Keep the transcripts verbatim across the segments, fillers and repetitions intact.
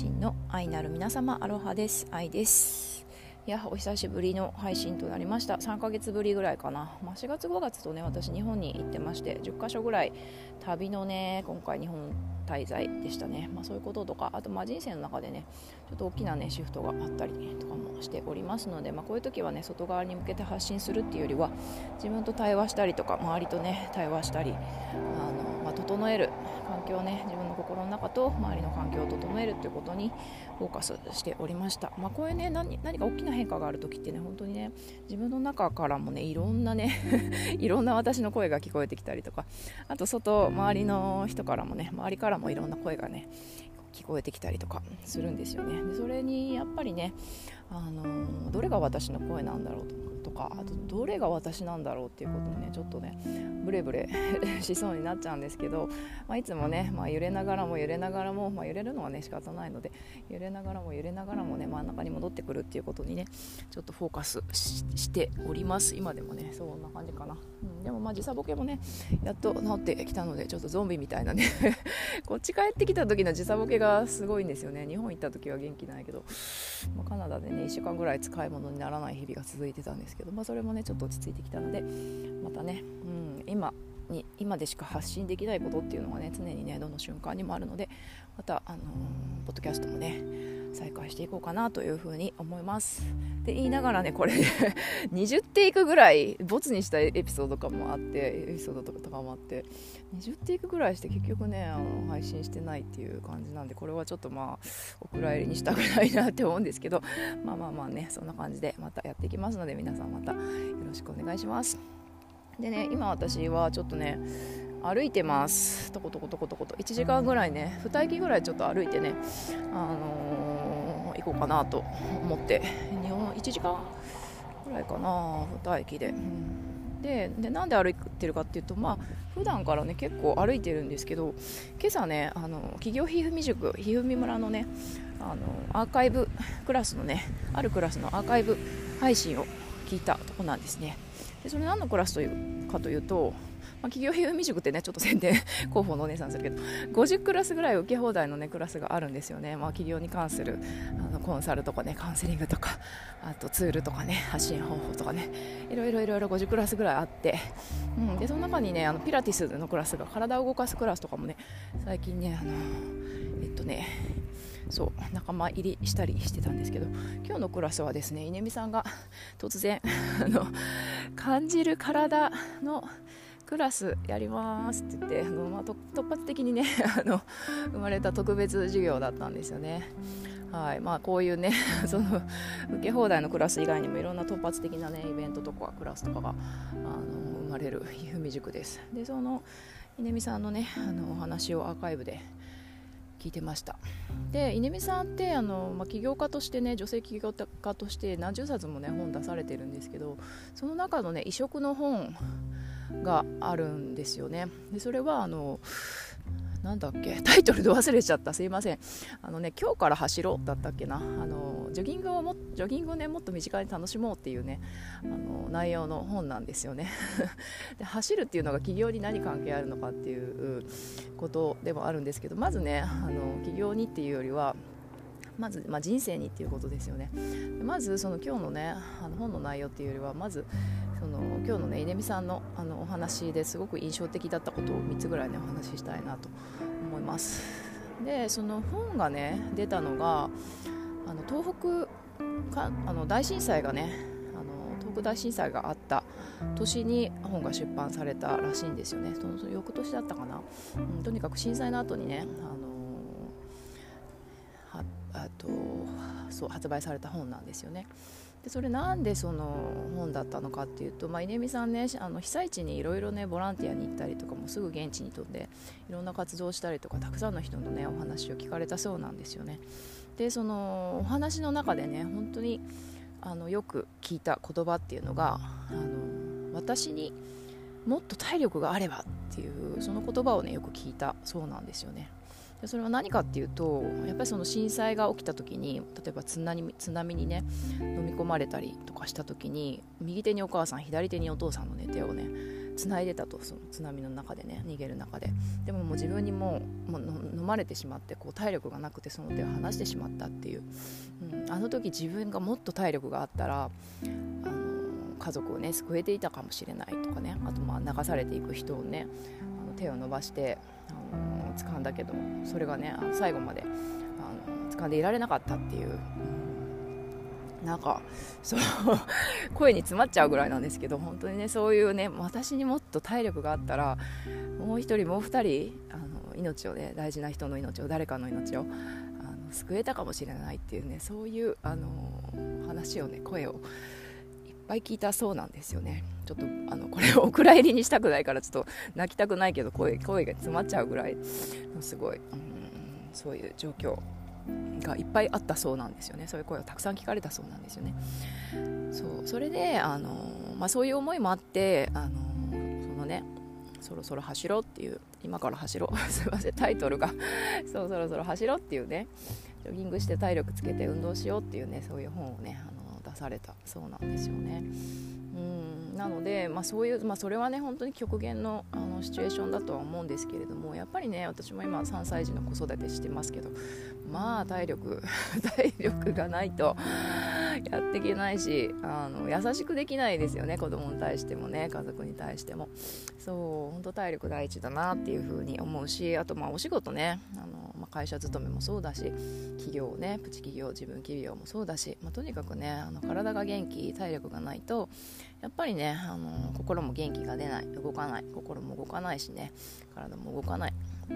信の愛なる皆様、アロハです。愛です。いや、お久しぶりの配信となりました。さんかげつぶりぐらいかな、まあ、しがつごがつとね、私日本に行ってまして、じゅっかしょぐらい旅のね、今回日本滞在でしたね。まあ、そういうこととか、あとまあ人生の中でね、ちょっと大きなねシフトがあったりとかもしておりますので、まあ、こういう時はね、外側に向けて発信するっていうよりは、自分と対話したりとか、周りとね対話したり、あの、まあ、整える環境をね、自分の心の中と周りの環境を整えるっていうことにフォーカスしておりました。まあ、こういうね、何、何か大きな変化がある時ってね、本当にね、自分の中からもね、いろんなねいろんな私の声が聞こえてきたりとか、あと外、周りの人からもね、周りからもいろんな声がね聞こえてきたりとかするんですよね。でそれにやっぱりね、あのどれが私の声なんだろうとか、あとどれが私なんだろうっていうことにね、ちょっとねブレブレしそうになっちゃうんですけど、まあ、いつもね、まあ、揺れながらも揺れながらも、まあ、揺れるのはね仕方ないので、揺れながらも揺れながらもね、真ん中に戻ってくるっていうことにね、ちょっとフォーカス し, しております。今でもね、そんな感じかな、うん、でもまあ時差ボケもねやっと治ってきたので、ちょっとゾンビみたいなねこっち帰ってきた時の時差ボケがすごいんですよね。日本行った時は元気ないけど、まあ、カナダでねいっしゅうかんぐらい使い物にならない日々が続いてたんですけど、まあ、それもねちょっと落ち着いてきたので、またね、うん、今に今でしか発信できないことっていうのがね、常にねどの瞬間にもあるので、また、あのー、ポッドキャストもね再開していこうかなというふうに思いますで言いながらね、これにじゅうテイクぐらいボツにしたエピソードとかもあってエピソードとかもあってにじゅうテイクぐらいして結局ね、あの配信してないっていう感じなんで、これはちょっとまあお蔵入りにしたくないなって思うんですけど、まあまあまあね、そんな感じでまたやっていきますので、皆さんまたよろしくお願いします。でね、今私はちょっとね歩いてます。とことことことこといちじかんぐらいね、に駅ぐらいちょっと歩いてね、あのー、行こうかなと思って、日本いちじかんぐらいかな、に駅で、うん、で, でなんで歩いてるかっていうと、まあ普段からね結構歩いてるんですけど、今朝ね、あの企業ひふみ塾ひふみ村のね、あのアーカイブクラスのね、あるクラスのアーカイブ配信を聞いたとこなんですね。でそれ何のクラスというかというと、まあ、企業ひふみ塾ってね、ちょっと宣伝広報のお姉さんするけど、ごじゅうクラスぐらい受け放題のねクラスがあるんですよね。まあ、企業に関するあのコンサルとかね、カウンセリングとか、あとツールとかね、発信方法とかね、いろいろいろいろごじゅうクラスぐらいあって、うん、でその中にね、あのピラティスのクラスが、体を動かすクラスとかもね、最近ね、あのえっとねそう仲間入りしたりしてたんですけど、今日のクラスはですね、稲見さんが突然あの感じる体のクラスやりますって言って、あの、まあ、突発的にねあの生まれた特別授業だったんですよね。はい、まあ、こういうねその受け放題のクラス以外にもいろんな突発的なねイベントとかクラスとかがあの生まれるひふみ塾です。でその稲見さんのね、あのお話をアーカイブで聞いてました。で稲見さんってあの、まあ、起業家としてね、女性起業家として何十冊もね本出されてるんですけど、その中のね異色の本があるんですよね。でそれはあのなんだっけ、タイトルで忘れちゃった、すいません。あのね、今日から走ろうだったっけな、あのジョギングをもジョギングをねもっと身近に楽しもうっていうね、あの内容の本なんですよね。で走るっていうのが起業に何関係あるのかっていうことでもあるんですけど、まずね、あの起業にっていうよりはまず、まあ、人生にっていうことですよね。まずその今日のね、あの本の内容っていうよりは、まずその今日のね稲見さんのあのお話ですごく印象的だったことをみっつぐらいねお話ししたいなと思います。でその本がね出たのが、あの東北かあの大震災がね、あの東北大震災があった年に本が出版されたらしいんですよね。その翌年だったかな、うん、とにかく震災の後にね、あのあとそう発売された本なんですよね。でそれなんでその本だったのかっていうと、まあ、稲見さんね、あの被災地にいろいろねボランティアに行ったりとかも、すぐ現地に飛んでいろんな活動をしたりとか、たくさんの人のねお話を聞かれたそうなんですよね。でそのお話の中でね、本当にあのよく聞いた言葉っていうのが、あの私にもっと体力があればっていうその言葉をねよく聞いたそうなんですよね。でそれは何かっていうと、やっぱりその震災が起きた時に、例えば津波、津波にね飲み込まれたりとかした時に、右手にお母さん左手にお父さんの、ね、手をね繋いでたと、その津波の中でね、逃げる中で。でももう自分にもう、もう飲まれてしまって、こう体力がなくてその手を離してしまったっていう、うん、あの時自分がもっと体力があったら、あの家族をね救えていたかもしれないとかね、あとまあ流されていく人をね、あの手を伸ばして、あの掴んだけども、それがね最後まであの掴んでいられなかったっていう、うん、なんかそう声に詰まっちゃうぐらいなんですけど、本当にねそういうね、私にもっと体力があったらもう一人もう二人あの命をね、大事な人の命を、誰かの命をあの救えたかもしれないっていうね、そういうあの話をね、声をいっぱい聞いたそうなんですよね。ちょっとあのこれをお蔵入りにしたくないからちょっと泣きたくないけど、声、声が詰まっちゃうぐらいのすごい、うん、そういう状況がいっぱいあったそうなんですよね。そういう声をたくさん聞かれたそうなんですよね。そう、それであの、まあ、そういう思いもあって、あのそのね、そろそろ走ろうっていう、今から走ろうすいませんタイトルがそう、そろそろ走ろうっていうね、ジョギングして体力つけて運動しようっていうね、そういう本をね、あの出されたそうなんですよね。うん、なので、まあ、そういう、まあ、それはね本当に極限の、あのシチュエーションだとは思うんですけれども、やっぱりね、私も今さんさい児の子育てしてますけど、まあ体力体力がないとやっていけないし、あの優しくできないですよね、子供に対してもね、家族に対しても。そう、本当体力第一だなっていうふうに思うし、あとまあお仕事ね、あの、まあ、会社勤めもそうだし、企業ね、プチ企業、自分企業もそうだし、まあ、とにかくね、あの体が元気、体力がないとやっぱりね、あの心も元気が出ない、動かない、心も動かないしね、体も動かない。うん、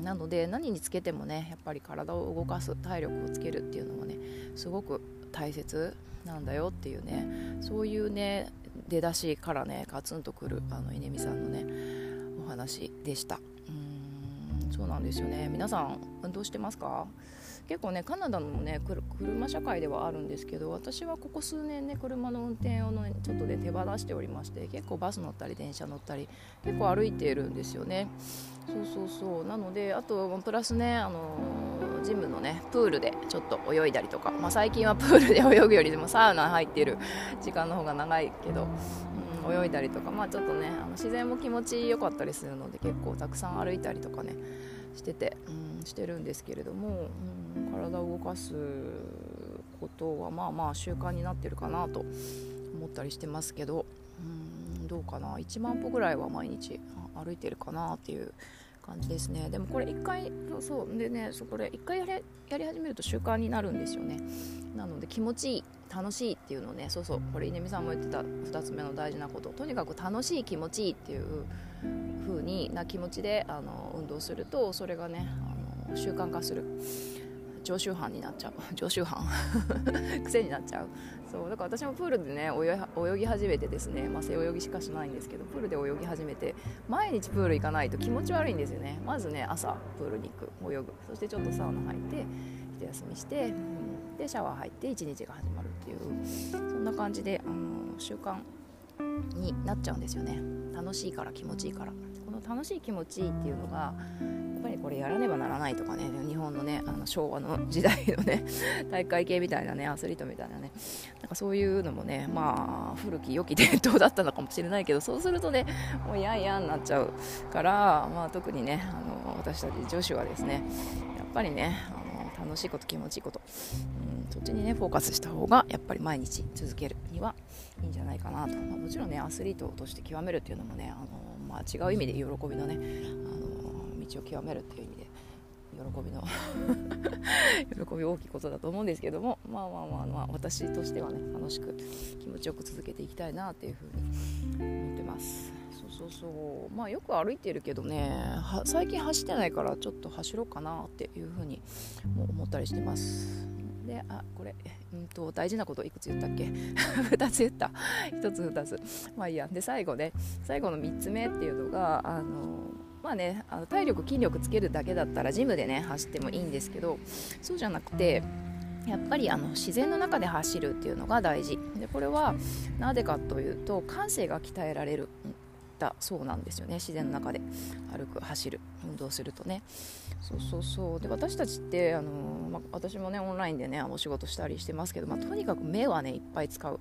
なので何につけてもね、やっぱり体を動かす、体力をつけるっていうのもね、すごく大切なんだよっていうね、そういうね出だしからねガツンとくる、あの稲見さんのねお話でした。うーん、そうなんですよね。皆さん運動してますか？結構ね、カナダのね車社会ではあるんですけど、私はここ数年ね車の運転を、ね、ちょっとで手放しておりまして、結構バス乗ったり電車乗ったり結構歩いているんですよね。そうそうそう、なので、あとプラスね、あのー、ジムのねプールでちょっと泳いだりとか、まあ、最近はプールで泳ぐよりでもサウナ入っている時間の方が長いけど、うん、泳いだりとか、まあ、ちょっとね、あの自然も気持ちよかったりするので、結構たくさん歩いたりとかねしてて、うん、してるんですけれども、うん、体を動かすことはまあまあ習慣になってるかなと思ったりしてますけど、うん、どうかな、いちまん歩ぐらいは毎日歩いてるかなっていう感じですね。でもこれ一回、そうそうでね、そこで一回やり、やり始めると習慣になるんですよね。なので気持ちいい、楽しいっていうのをね、そうそう、これ稲見さんも言ってたふたつめの大事なこと、とにかく楽しい、気持ちいいっていう風にな気持ちであの運動すると、それがね、あの習慣化する、常習犯になっちゃう常習犯癖になっちゃう。そうだから私もプールでね泳ぎ始めてですね、まあ、背泳ぎしかしないんですけど、プールで泳ぎ始めて毎日プール行かないと気持ち悪いんですよね。まずね、朝プールに行く、泳ぐ、そしてちょっとサウナ入って一休みして、うん、でシャワー入って一日が始まるっていう、そんな感じで、あの習慣になっちゃうんですよね。楽しいから、気持ちいいから。この楽しい、気持ちいいっていうのがやっぱりこれやらねばならないとかね、日本のね、あの昭和の時代のね大会系みたいなね、アスリートみたいなね、なんかそういうのもね、まあ古き良き伝統だったのかもしれないけど、そうするとね、もうやんやんになっちゃうから、まあ、特にね、あの私たち女子はですね、やっぱりね、あの楽しいこと、気持ちいいこと、うん、そっちにねフォーカスした方がやっぱり毎日続けるにはいいんじゃないかなと。まあ、もちろんね、アスリートとして極めるっていうのもね、あの、まあ、違う意味で喜びのね、あの道を極めるっていう意味で喜びの喜び大きいことだと思うんですけども、まあまあまあまあ、私としてはね、楽しく気持ちよく続けていきたいなっていうふうに思ってます。そうそうそう、まあよく歩いてるけどね、は最近走ってないからちょっと走ろうかなっていうふうにも思ったりしてます。で、あ、これ、うんと大事なこといくつ言ったっけふたつ言った、ひとつふたつ、まあいいや。で最後ね、最後のみっつめっていうのが、あのまあね、あの体力筋力つけるだけだったらジムでね走ってもいいんですけど、そうじゃなくてやっぱりあの自然の中で走るっていうのが大事で、これはなぜかというと感性が鍛えられるだそうなんですよね。自然の中で歩く、走る、運動するとね。そうそうそう。で、私たちってあの、まあ、私もねオンラインでねお仕事したりしてますけど、まあ、とにかく目はねいっぱい使う。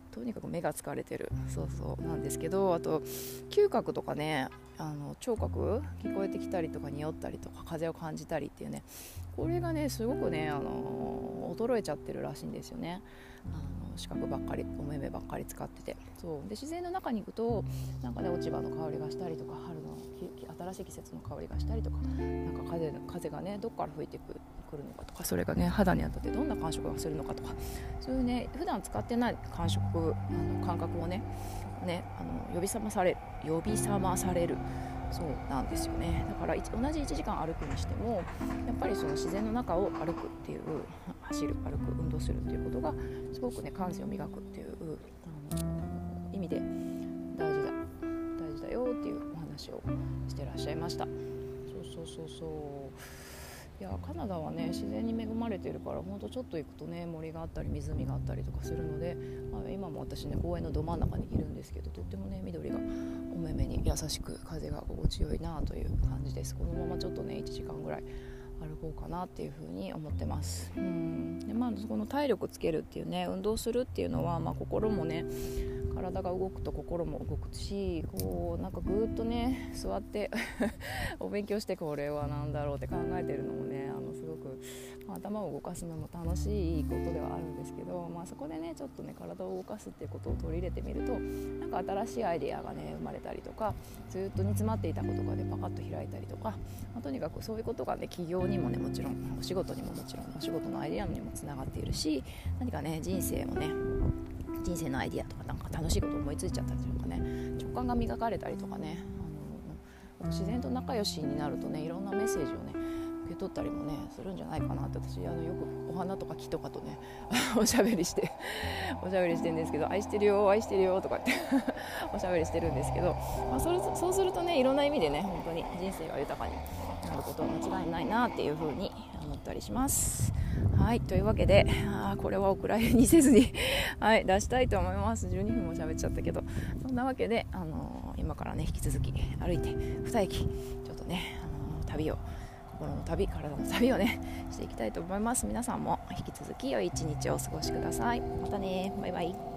とにかく目が疲れてる、そうそうなんですけど、あと嗅覚とかね、あの聴覚聞こえてきたりとか匂ったりとか風を感じたりっていうね、これがねすごくね、あの衰えちゃってるらしいんですよね。あの視覚ばっかり、お目目ばっかり使ってて、そうで自然の中に行くとなんかね落ち葉の香りがしたりとか、春の新しい季節の香りがしたりとか、なんか 風, 風がねどっから吹いてくるのかとか、それがね肌に当たってどんな感触がするのかとか、そういうね普段使ってない感触、あの感覚をねねあの呼び覚まされる呼び覚まされるそうなんですよね。だから同じいちじかん歩くにしても、やっぱりその自然の中を歩くっていう、走る、歩く、運動するっていうことがすごくね感性を磨くっていう、あの意味で大事だ大事だよっていうお話をしてらっしゃいました。そうそうそうそう。いやカナダはね自然に恵まれてるから、ほんとちょっと行くとね森があったり湖があったりとかするので、まあ、今も私ね公園のど真ん中にいるんですけど、とってもね緑がお目目に優しく、風が心地よいなという感じです。このままちょっとねいちじかんぐらい歩こうかなっていうふうに思ってます。うんで、まあ、この体力つけるっていうね、運動するっていうのは、まあ、心もね体が動くと心も動くし、こうなんかぐーっとね座ってお勉強してこれは何だろうって考えてるのもね、あのすごく、まあ、頭を動かすのも楽しいことではあるんですけど、まあ、そこでねちょっとね体を動かすっていうことを取り入れてみると、なんか新しいアイデアがね生まれたりとか、ずっと煮詰まっていたことがねパカッと開いたりとか、まあ、とにかくそういうことがね企業にもねもちろん、お仕事にももちろん、お仕事のアイデアにもつながっているし、何かね人生もね人生のアイディアとか、なんか楽しいこと思いついちゃったりとかね、直感が磨かれたりとかね、あの自然と仲良しになるとね、いろんなメッセージをね受け取ったりもねするんじゃないかなって、私あのよくお花とか木とかとねおしゃべりしておしゃべりしてるんですけど、愛してるよ愛してるよとかっておしゃべりしてるんですけど、まあ、それそうするとねいろんな意味でね本当に人生が豊かになることは間違いないなっていうふうに思ったりします。はい、というわけで、あこれはお蔵入りにせずにはい、出したいと思います。じゅうにふんも喋っちゃったけど、そんなわけで、あのー、今からね引き続き歩いてに駅ちょっとね、あのー、旅を心の旅、体の旅をねしていきたいと思います。皆さんも引き続き良い一日をお過ごしください。またね、バイバイ。